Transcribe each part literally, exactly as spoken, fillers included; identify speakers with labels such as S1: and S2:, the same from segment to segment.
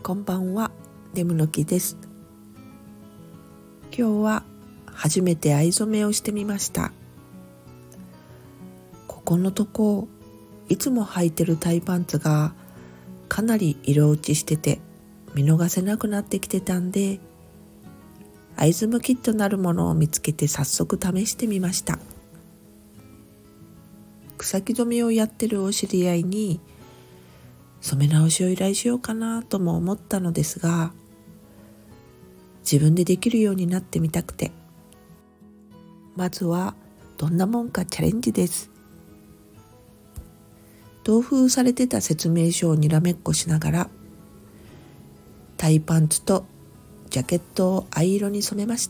S1: こんばんは、ネムの木です。今日は初めて藍染めをしてみました。ここのとこいつも履いてるタイパンツがかなり色落ちしてて見逃せなくなってきてたんで、藍染めキットなるものを見つけて早速試してみました。草木染めをやってるお知り合いに染め直しを依頼しようかなとも思ったのですが、自分でできるようになってみたくて、まずはどんなもんかチャレンジです。同封されてた説明書をにらめっこしながら、タイパンツとジャケットを藍色に染めました。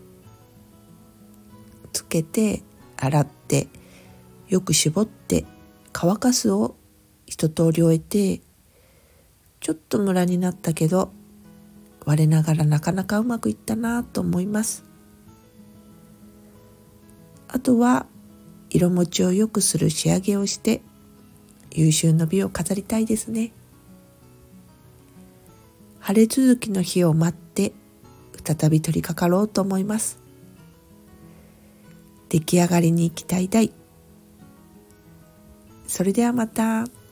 S1: つけて洗ってよく絞って乾かすを一通り終えて、ちょっとムラになったけど我ながらなかなかうまくいったなと思います。あとは色持ちを良くする仕上げをして有終の美を飾りたいですね。晴れ続きの日を待って再び取り掛かろうと思います。出来上がりに期待大。それではまた。